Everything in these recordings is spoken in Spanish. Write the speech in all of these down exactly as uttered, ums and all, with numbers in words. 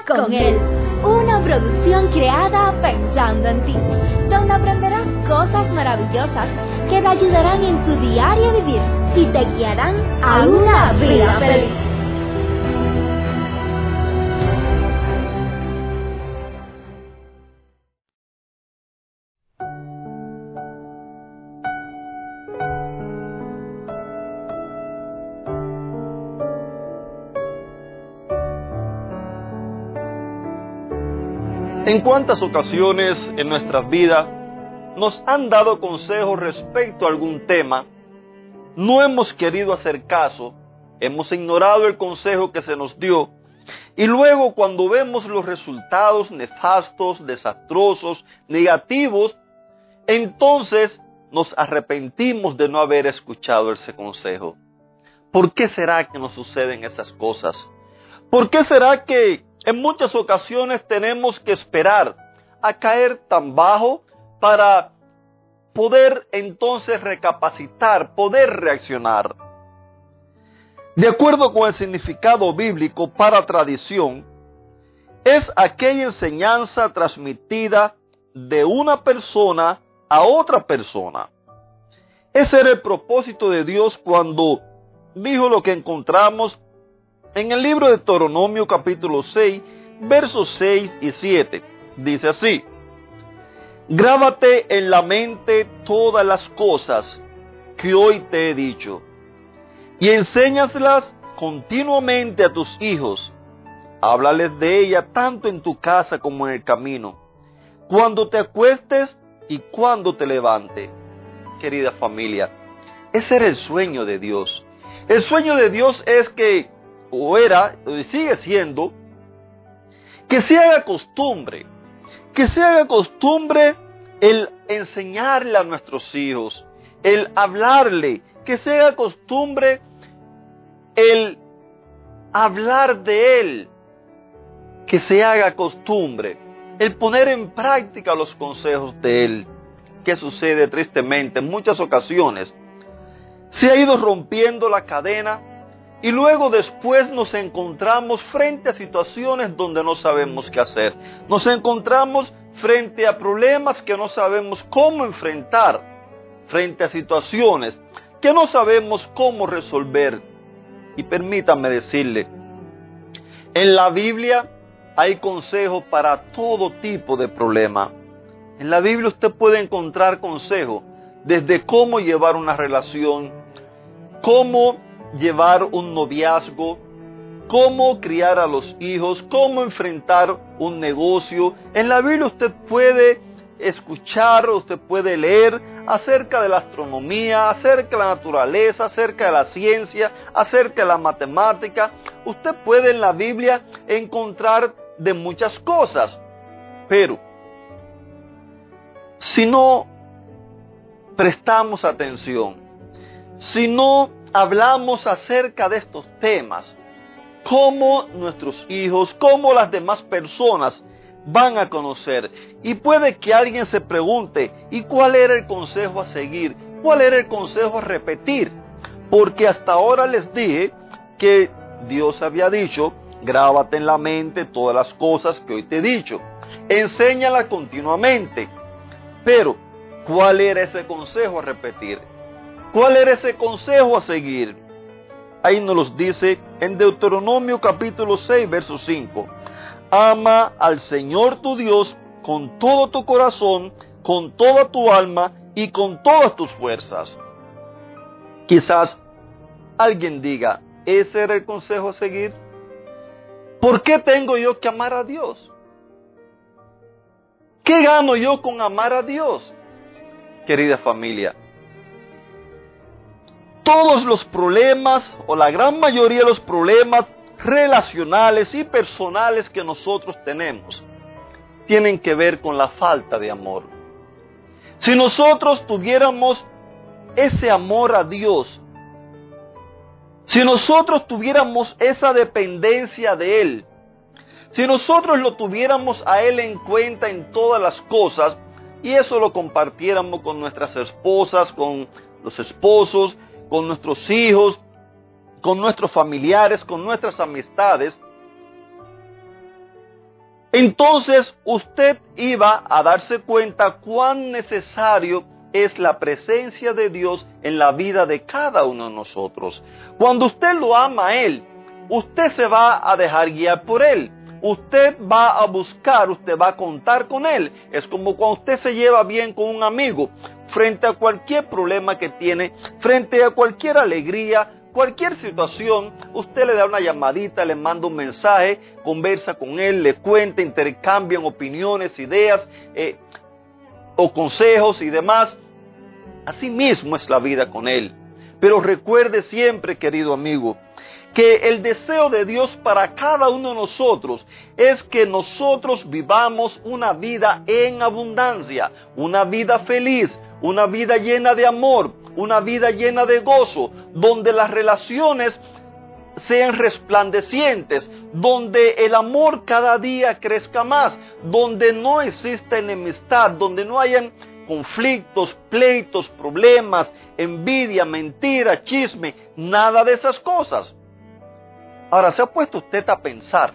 con Él, una producción creada pensando en ti, donde aprenderás cosas maravillosas que te ayudarán en tu diario vivir y te guiarán a una vida feliz. ¿En cuántas ocasiones en nuestras vidas nos han dado consejos respecto a algún tema? No hemos querido hacer caso, hemos ignorado el consejo que se nos dio, y luego cuando vemos los resultados nefastos, desastrosos, negativos, entonces nos arrepentimos de no haber escuchado ese consejo. ¿Por qué será que nos suceden esas cosas? ¿Por qué será que en muchas ocasiones tenemos que esperar a caer tan bajo para poder entonces recapacitar, poder reaccionar? De acuerdo con el significado bíblico para tradición, es aquella enseñanza transmitida de una persona a otra persona. Ese era el propósito de Dios cuando dijo lo que encontramos en el libro de Deuteronomio capítulo seis, versos seis y siete. Dice así: grábate en la mente todas las cosas que hoy te he dicho, y enséñaselas continuamente a tus hijos. Háblales de ella tanto en tu casa como en el camino, cuando te acuestes y cuando te levantes. Querida familia, ese era el sueño de Dios. El sueño de Dios es que, o era, o sigue siendo, que se haga costumbre, que se haga costumbre el enseñarle a nuestros hijos, el hablarle, que se haga costumbre el hablar de Él, que se haga costumbre el poner en práctica los consejos de Él. ¿Qué sucede tristemente? En muchas ocasiones se ha ido rompiendo la cadena y luego después nos encontramos frente a situaciones donde no sabemos qué hacer. Nos encontramos frente a problemas que no sabemos cómo enfrentar, frente a situaciones que no sabemos cómo resolver. Y permítanme decirle, en la Biblia hay consejos para todo tipo de problema. En la Biblia usted puede encontrar consejos desde cómo llevar una relación, cómo llevar un noviazgo, cómo criar a los hijos, cómo enfrentar un negocio. En la Biblia usted puede escuchar, usted puede leer acerca de la astronomía, acerca de la naturaleza, acerca de la ciencia, acerca de la matemática. Usted puede en la Biblia encontrar de muchas cosas, pero si no prestamos atención, si no hablamos acerca de estos temas, cómo nuestros hijos, cómo las demás personas van a conocer. Y puede que alguien se pregunte, ¿y cuál era el consejo a seguir? ¿Cuál era el consejo a repetir? Porque hasta ahora les dije que Dios había dicho, grábate en la mente todas las cosas que hoy te he dicho, enséñala continuamente. Pero, ¿cuál era ese consejo a repetir? ¿Cuál era ese consejo a seguir? Ahí nos los dice en Deuteronomio capítulo seis, verso cinco. Ama al Señor tu Dios con todo tu corazón, con toda tu alma y con todas tus fuerzas. Quizás alguien diga, ¿ese era el consejo a seguir? ¿Por qué tengo yo que amar a Dios? ¿Qué gano yo con amar a Dios? Querida familia, todos los problemas, o la gran mayoría de los problemas relacionales y personales que nosotros tenemos, tienen que ver con la falta de amor. Si nosotros tuviéramos ese amor a Dios, si nosotros tuviéramos esa dependencia de Él, si nosotros lo tuviéramos a Él en cuenta en todas las cosas, y eso lo compartiéramos con nuestras esposas, con los esposos, con nuestros hijos, con nuestros familiares, con nuestras amistades, entonces usted iba a darse cuenta cuán necesario es la presencia de Dios en la vida de cada uno de nosotros. Cuando usted lo ama a Él, usted se va a dejar guiar por Él. Usted va a buscar, usted va a contar con Él. Es como cuando usted se lleva bien con un amigo. Frente a cualquier problema que tiene, frente a cualquier alegría, cualquier situación, usted le da una llamadita, le manda un mensaje, conversa con él, le cuenta, intercambian opiniones, ideas eh, o consejos y demás. Así mismo es la vida con él. Pero recuerde siempre, querido amigo, que el deseo de Dios para cada uno de nosotros es que nosotros vivamos una vida en abundancia, una vida feliz, una vida llena de amor, una vida llena de gozo, donde las relaciones sean resplandecientes, donde el amor cada día crezca más, donde no exista enemistad, donde no hayan conflictos, pleitos, problemas, envidia, mentira, chisme, nada de esas cosas. Ahora, ¿se ha puesto usted a pensar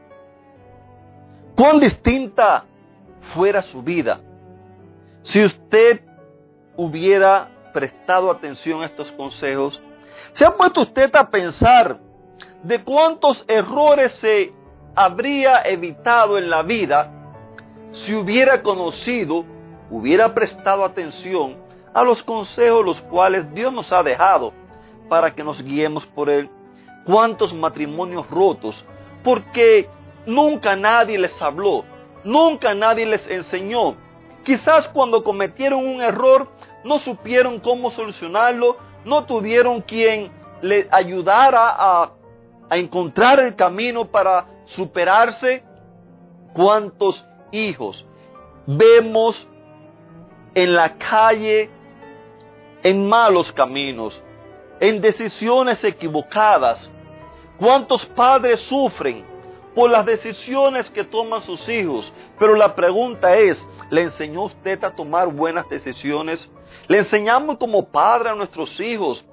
cuán distinta fuera su vida si usted hubiera prestado atención a estos consejos? ¿Se ha puesto usted a pensar de cuántos errores se habría evitado en la vida si hubiera conocido, hubiera prestado atención a los consejos los cuales Dios nos ha dejado para que nos guiemos por Él? ¿Cuántos matrimonios rotos? Porque nunca nadie les habló, nunca nadie les enseñó. Quizás cuando cometieron un error no supieron cómo solucionarlo, no tuvieron quien les ayudara a, a encontrar el camino para superarse. ¿Cuántos hijos vemos en la calle en malos caminos, en decisiones equivocadas? ¿Cuántos padres sufren por las decisiones que toman sus hijos? Pero la pregunta es, ¿le enseñó usted a tomar buenas decisiones? ¿Le enseñamos como padre a nuestros hijos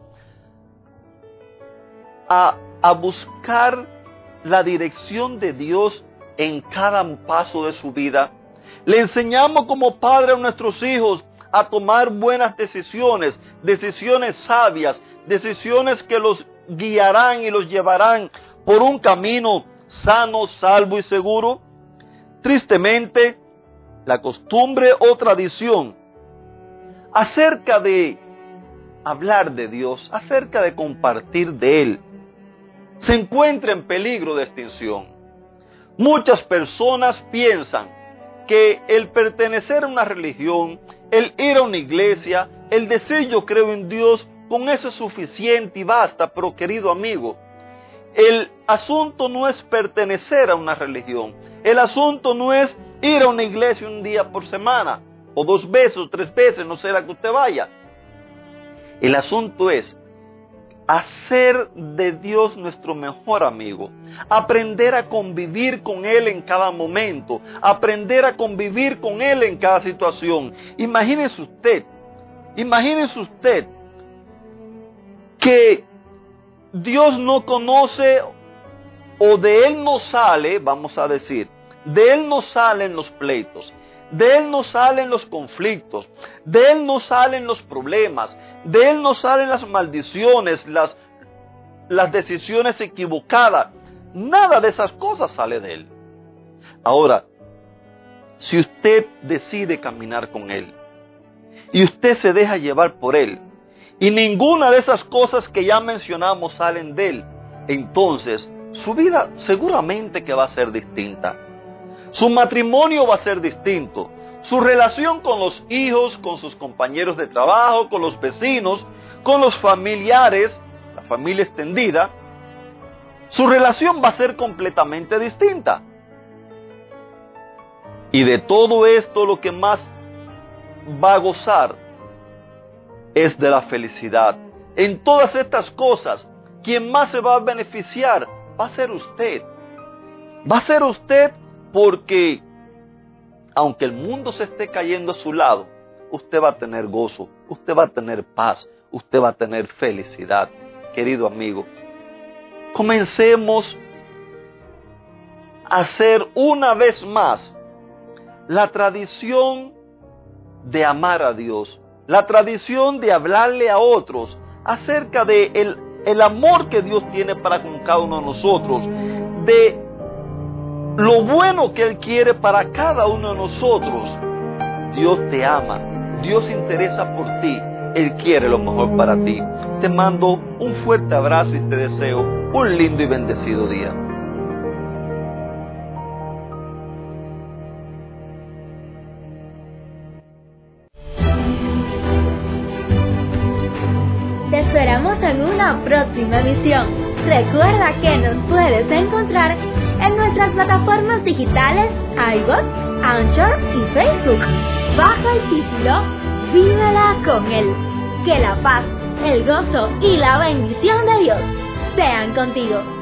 a, a buscar la dirección de Dios en cada paso de su vida? ¿Le enseñamos como padre a nuestros hijos a tomar buenas decisiones, decisiones sabias, decisiones que los guiarán y los llevarán por un camino sano, salvo y seguro? Tristemente, la costumbre o tradición acerca de hablar de Dios, acerca de compartir de Él, se encuentra en peligro de extinción. Muchas personas piensan que el pertenecer a una religión, el ir a una iglesia, el decir yo creo en Dios, con eso es suficiente y basta. Pero querido amigo, el asunto no es pertenecer a una religión. El asunto no es ir a una iglesia un día por semana, o dos veces, o tres veces, no sé la que usted vaya. El asunto es hacer de Dios nuestro mejor amigo, aprender a convivir con Él en cada momento, aprender a convivir con Él en cada situación. Imagínese usted, imagínese usted que Dios no conoce o de Él no sale, vamos a decir, de Él no salen los pleitos, de Él no salen los conflictos, de Él no salen los problemas, de Él no salen las maldiciones, las, las decisiones equivocadas. Nada de esas cosas sale de Él. Ahora, si usted decide caminar con Él y usted se deja llevar por Él y ninguna de esas cosas que ya mencionamos salen de Él, entonces su vida seguramente que va a ser distinta. Su matrimonio va a ser distinto. Su relación con los hijos, con sus compañeros de trabajo, con los vecinos, con los familiares, la familia extendida, su relación va a ser completamente distinta. Y de todo esto lo que más va a gozar es de la felicidad. En todas estas cosas, quien más se va a beneficiar va a ser usted. Va a ser usted porque aunque el mundo se esté cayendo a su lado, usted va a tener gozo, usted va a tener paz, usted va a tener felicidad. Querido amigo, comencemos hacer una vez más la tradición de amar a Dios, la tradición de hablarle a otros acerca de el, el amor que Dios tiene para con cada uno de nosotros, de lo bueno que Él quiere para cada uno de nosotros. Dios te ama, Dios se interesa por ti, Él quiere lo mejor para ti. Te mando un fuerte abrazo y te deseo un lindo y bendecido día. Te esperamos en una próxima emisión. Recuerda que nos puedes encontrar en nuestras plataformas digitales iVoox, Anchor y Facebook, bajo el título Vívela con Él. Que la paz, el gozo y la bendición de Dios sean contigo.